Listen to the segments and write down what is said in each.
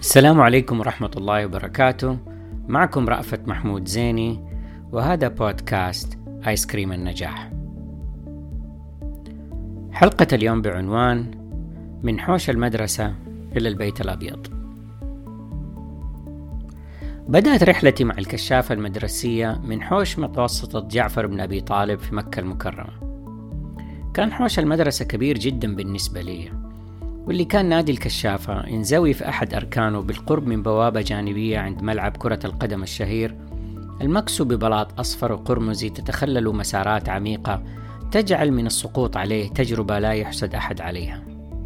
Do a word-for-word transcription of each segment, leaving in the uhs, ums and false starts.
السلام عليكم ورحمة الله وبركاته. معكم رأفت محمود زيني، وهذا بودكاست آيس كريم النجاح. حلقة اليوم بعنوان من حوش المدرسة إلى البيت الأبيض. بدأت رحلتي مع الكشافة المدرسية من حوش متوسطة جعفر بن أبي طالب في مكة المكرمة. كان حوش المدرسة كبير جدا بالنسبة لي، واللي كان نادي الكشافة ينزوي في أحد أركانه بالقرب من بوابة جانبية عند ملعب كرة القدم الشهير المكسو ببلاط أصفر وقرمزي تتخلل مسارات عميقة تجعل من السقوط عليه تجربة لا يحسد أحد عليها.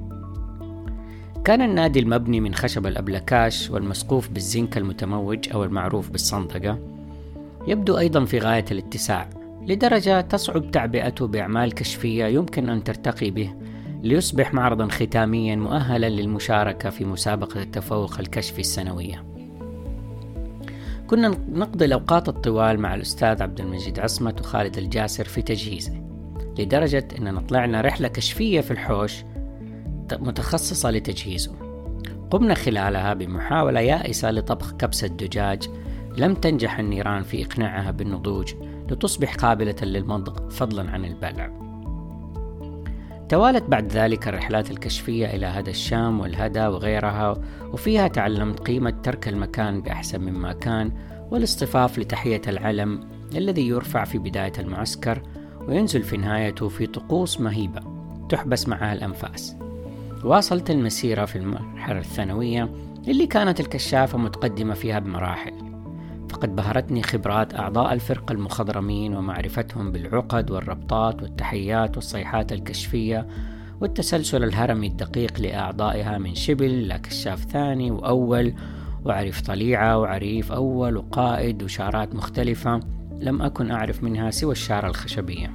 كان النادي المبني من خشب الأبلكاش والمسقوف بالزنك المتموج أو المعروف بالصندقة، يبدو أيضا في غاية الاتساع لدرجة تصعب تعبئته بأعمال كشفية يمكن أن ترتقي به ليصبح معرضا ختاميا مؤهلا للمشاركة في مسابقة التفوق الكشفي السنوية. كنا نقضي الأوقات الطوال مع الأستاذ عبد المجيد عصمت وخالد الجاسر في تجهيزه، لدرجة أننا طلعنا رحلة كشفية في الحوش متخصصة لتجهيزه. قمنا خلالها بمحاولة يائسة لطبخ كبسة دجاج لم تنجح النيران في إقناعها بالنضوج لتصبح قابلة للمضغ فضلا عن البلع. توالت بعد ذلك الرحلات الكشفية إلى هدى الشام والهدى وغيرها، وفيها تعلمت قيمة ترك المكان بأحسن مما كان والاصطفاف لتحية العلم الذي يرفع في بداية المعسكر وينزل في نهايته في طقوس مهيبة تحبس معها الأنفاس. واصلت المسيرة في المرحلة الثانوية اللي كانت الكشافة متقدمة فيها بمراحل، فقد بهرتني خبرات أعضاء الفرقة المخضرمين ومعرفتهم بالعقد والربطات والتحيات والصيحات الكشفية والتسلسل الهرمي الدقيق لأعضائها من شبل إلى كشاف ثاني وأول وعريف طليعة وعريف أول وقائد وشارات مختلفة لم أكن أعرف منها سوى الشارة الخشبية.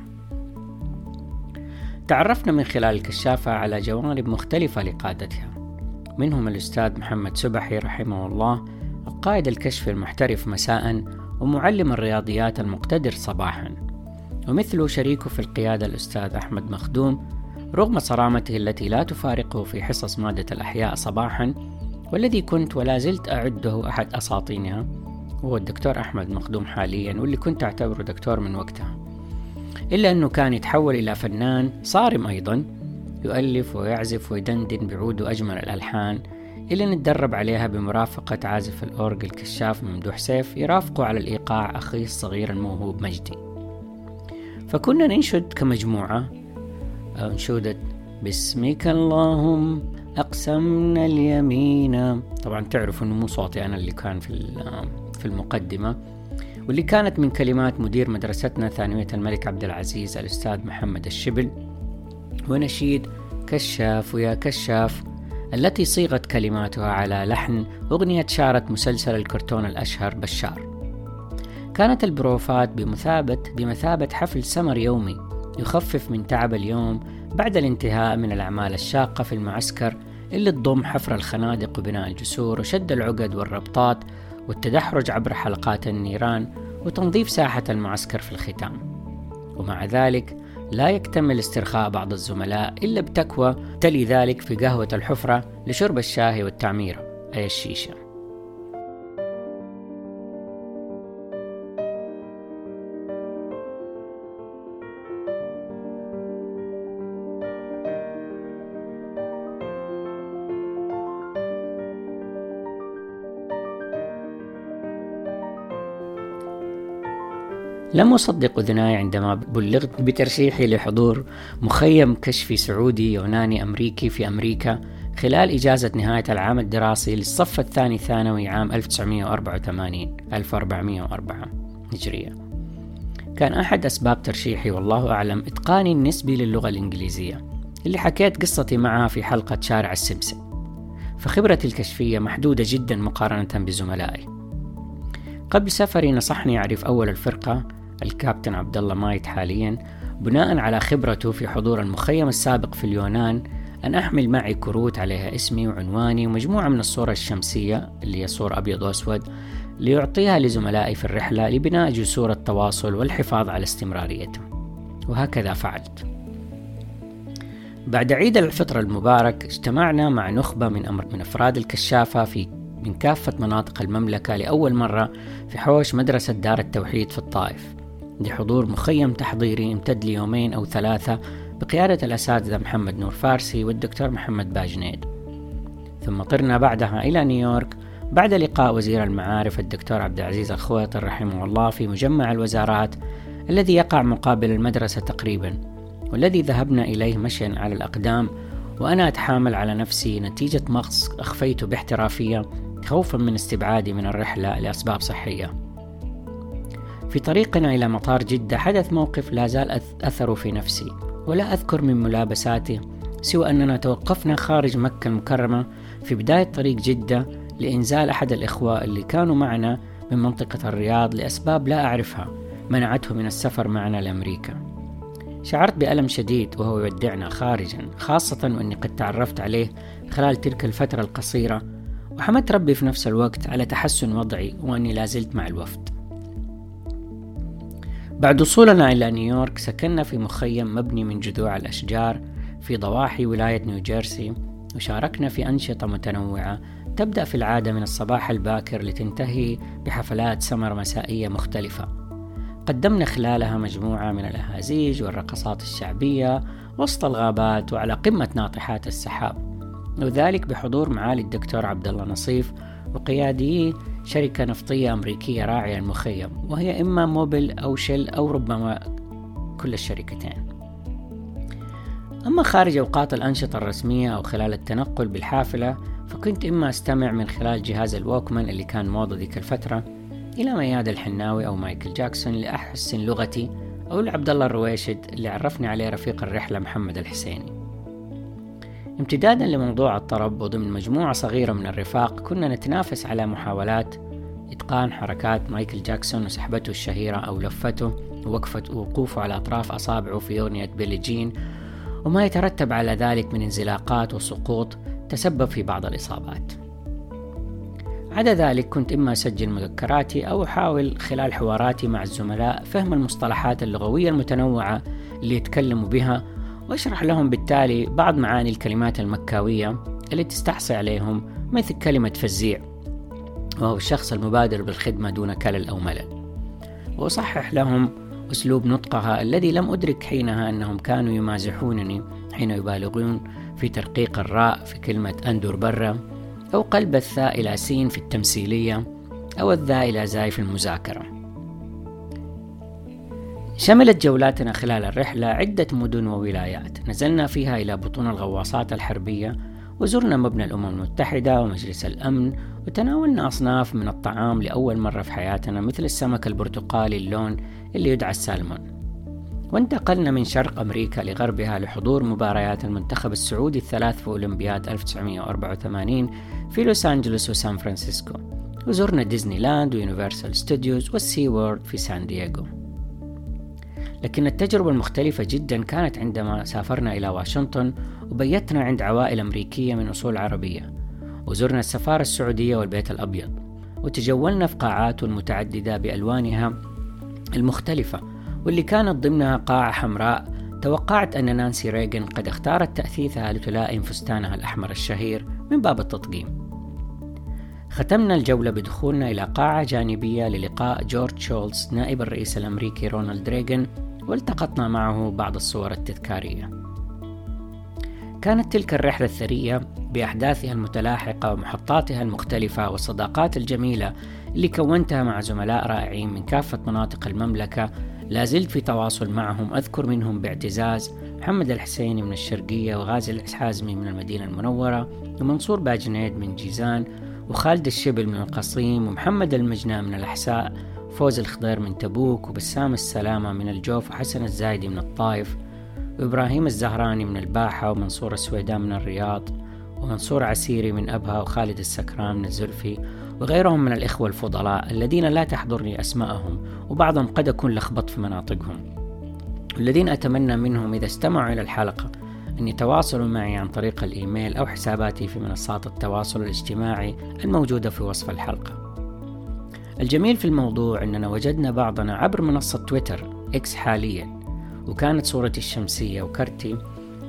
تعرفنا من خلال الكشافة على جوانب مختلفة لقادتها، منهم الأستاذ محمد سبحي رحمه الله، قائد الكشف المحترف مساء ومعلم الرياضيات المقتدر صباحا، ومثله شريكه في القيادة الأستاذ أحمد مخدوم رغم صرامته التي لا تفارقه في حصص مادة الأحياء صباحا، والذي كنت ولا زلت أعده أحد أساطينها هو الدكتور أحمد مخدوم حاليا، واللي كنت أعتبره دكتور من وقتها، إلا أنه كان يتحول إلى فنان صارم أيضا، يؤلف ويعزف ويدندن بعود أجمل الألحان إلا نتدرب عليها بمرافقة عازف الأورج الكشاف ممدوح سيف يرافقه على الإيقاع أخيه الصغير الموهوب مجدي. فكنا ننشد كمجموعة أنشودة باسمك اللهم أقسمنا اليمين، طبعا تعرفوا أنه مو صوتي أنا اللي كان في في المقدمة، واللي كانت من كلمات مدير مدرستنا ثانوية الملك عبد العزيز الأستاذ محمد الشبل، ونشيد كشاف ويا كشاف التي صيغت كلماتها على لحن أغنية شارة مسلسل الكرتون الأشهر بشار. كانت البروفات بمثابة بمثابة حفل سمر يومي يخفف من تعب اليوم بعد الانتهاء من الأعمال الشاقة في المعسكر، اللي تضم حفر الخنادق وبناء الجسور وشد العقد والربطات والتدحرج عبر حلقات النيران وتنظيف ساحة المعسكر في الختام. ومع ذلك لا يكتمل استرخاء بعض الزملاء إلا بتكوى تلي ذلك في قهوة الحفرة لشرب الشاي والتعميرة أي الشيشة. لم أصدق أذناي عندما بلغت بترشيحي لحضور مخيم كشفي سعودي يوناني أمريكي في أمريكا خلال إجازة نهاية العام الدراسي للصف الثاني ثانوي عام ألف وتسعمائة وأربعة وثمانين ألف وأربعمائة وأربعة هجرية. كان أحد أسباب ترشيحي والله أعلم إتقاني النسبي للغة الإنجليزية اللي حكيت قصتي معها في حلقة شارع السمسم، فخبرتي الكشفية محدودة جدا مقارنة بزملائي. قبل سفري نصحني أعرف أول الفرقة الكابتن عبد الله مايت حاليا، بناء على خبرته في حضور المخيم السابق في اليونان، أن أحمل معي كروت عليها اسمي وعنواني ومجموعة من الصورة الشمسية اللي هي صورة أبيض وأسود ليعطيها لزملائي في الرحلة لبناء جسور التواصل والحفاظ على استمراريته، وهكذا فعلت. بعد عيد الفطر المبارك اجتمعنا مع نخبة من, أمر من أفراد الكشافة في من كافة مناطق المملكة لأول مرة في حوش مدرسة دار التوحيد في الطائف، لحضور مخيم تحضيري امتد ليومين أو ثلاثة بقيادة الأساتذة محمد نور فارسي والدكتور محمد باجنيد. ثم طرنا بعدها إلى نيويورك بعد لقاء وزير المعارف الدكتور عبد العزيز الخويطر رحمه الله في مجمع الوزارات الذي يقع مقابل المدرسة تقريبا، والذي ذهبنا إليه مشيا على الأقدام، وأنا أتحامل على نفسي نتيجة مغص أخفيته باحترافية خوفا من استبعادي من الرحلة لأسباب صحية. في طريقنا إلى مطار جدة حدث موقف لا زال أثره في نفسي، ولا أذكر من ملابساته سوى أننا توقفنا خارج مكة المكرمة في بداية طريق جدة لإنزال أحد الإخوة اللي كانوا معنا من منطقة الرياض لأسباب لا أعرفها منعته من السفر معنا لأمريكا. شعرت بألم شديد وهو يودعنا خارجا، خاصة وأني قد تعرفت عليه خلال تلك الفترة القصيرة، وحمدت ربي في نفس الوقت على تحسن وضعي وأني لازلت مع الوفد. بعد وصولنا إلى نيويورك سكننا في مخيم مبني من جذوع الأشجار في ضواحي ولاية نيوجيرسي، وشاركنا في أنشطة متنوعة تبدأ في العادة من الصباح الباكر لتنتهي بحفلات سمر مسائية مختلفة. قدمنا خلالها مجموعة من الأهازيج والرقصات الشعبية وسط الغابات وعلى قمة ناطحات السحاب، وذلك بحضور معالي الدكتور عبد الله نصيف وقيادي شركة نفطية أمريكية راعية المخيم، وهي إما موبل أو شل أو ربما كل الشركتين. أما خارج أوقات الأنشطة الرسمية أو خلال التنقل بالحافلة فكنت إما أستمع من خلال جهاز الووكمان اللي كان موضة ذيك الفترة إلى مياد الحناوي أو مايكل جاكسون لأحسن لغتي، أو لعبد الله الرويشد اللي عرفني عليه رفيق الرحلة محمد الحسيني. امتدادا لموضوع الطرب، وضمن مجموعة صغيرة من الرفاق كنا نتنافس على محاولات إتقان حركات مايكل جاكسون وسحبته الشهيرة أو لفته ووقفة ووقوفه على أطراف أصابعه في أغنية بيلي جين، وما يترتب على ذلك من انزلاقات وسقوط تسبب في بعض الإصابات. عدا ذلك كنت إما أسجل مذكراتي أو أحاول خلال حواراتي مع الزملاء فهم المصطلحات اللغوية المتنوعة اللي يتكلموا بها، وأشرح لهم بالتالي بعض معاني الكلمات المكاوية اللي تستحصي عليهم، مثل كلمة فزيع وهو الشخص المبادر بالخدمة دون كلل أو ملل، وأصحح لهم أسلوب نطقها الذي لم أدرك حينها أنهم كانوا يمازحونني حين يبالغون في ترقيق الراء في كلمة أندور برا، أو قلب الثاء إلى سين في التمثيلية، أو الذاء إلى زاي في المذاكرة. شملت جولاتنا خلال الرحلة عدة مدن وولايات نزلنا فيها إلى بطون الغواصات الحربية، وزرنا مبنى الأمم المتحدة ومجلس الأمن، وتناولنا أصناف من الطعام لأول مرة في حياتنا مثل السمك البرتقالي اللون اللي يدعى السالمون. وانتقلنا من شرق أمريكا لغربها لحضور مباريات المنتخب السعودي الثلاث في أولمبياد ألف وتسعمائة وأربعة وثمانين في لوس أنجلوس وسان فرانسيسكو، وزرنا ديزني لاند ويونيفرسال ستوديوز والسي وورد في سان دييغو. لكن التجربة المختلفة جدا كانت عندما سافرنا إلى واشنطن وبيتنا عند عوائل أمريكية من أصول عربية، وزرنا السفارة السعودية والبيت الأبيض، وتجولنا في قاعات المتعددة بألوانها المختلفة، واللي كانت ضمنها قاعة حمراء توقعت أن نانسي ريغان قد اختارت تأثيثها لتلائم فستانها الأحمر الشهير من باب التطقيم. ختمنا الجولة بدخولنا إلى قاعة جانبية للقاء جورج شولتز نائب الرئيس الأمريكي رونالد ريغان، والتقطنا معه بعض الصور التذكارية. كانت تلك الرحلة الثرية بأحداثها المتلاحقة ومحطاتها المختلفة والصداقات الجميلة اللي كونتها مع زملاء رائعين من كافة مناطق المملكة لازلت في تواصل معهم. أذكر منهم باعتزاز محمد الحسيني من الشرقية، وغازي الحازمي من المدينة المنورة، ومنصور باجنيد من جيزان، وخالد الشبل من القصيم، ومحمد المجنى من الأحساء، فوز الخضير من تبوك، وبسام السلامة من الجوف، وحسن الزايدي من الطائف، وإبراهيم الزهراني من الباحة، ومنصور السويدان من الرياض، ومنصور عسيري من أبها، وخالد السكران من الزلفي، وغيرهم من الإخوة الفضلاء الذين لا تحضرني أسماءهم، وبعضهم قد أكون لخبط في مناطقهم، والذين أتمنى منهم إذا استمعوا إلى الحلقة أن يتواصلوا معي عن طريق الإيميل أو حساباتي في منصات التواصل الاجتماعي الموجودة في وصف الحلقة. الجميل في الموضوع أننا وجدنا بعضنا عبر منصة تويتر إكس حاليا، وكانت صورتي الشمسية وكرتي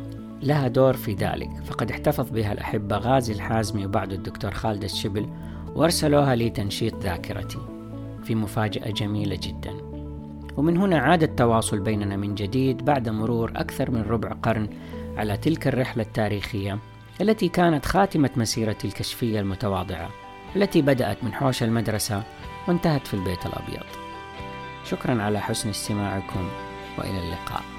لها دور في ذلك، فقد احتفظ بها الأحبة غازي الحازمي وبعد الدكتور خالد الشبل، وأرسلوها لي تنشيط ذاكرتي في مفاجأة جميلة جدا. ومن هنا عاد التواصل بيننا من جديد بعد مرور أكثر من ربع قرن على تلك الرحلة التاريخية التي كانت خاتمة مسيرتي الكشفية المتواضعة، التي بدأت من حوش المدرسة وانتهت في البيت الأبيض. شكرا على حسن استماعكم، وإلى اللقاء.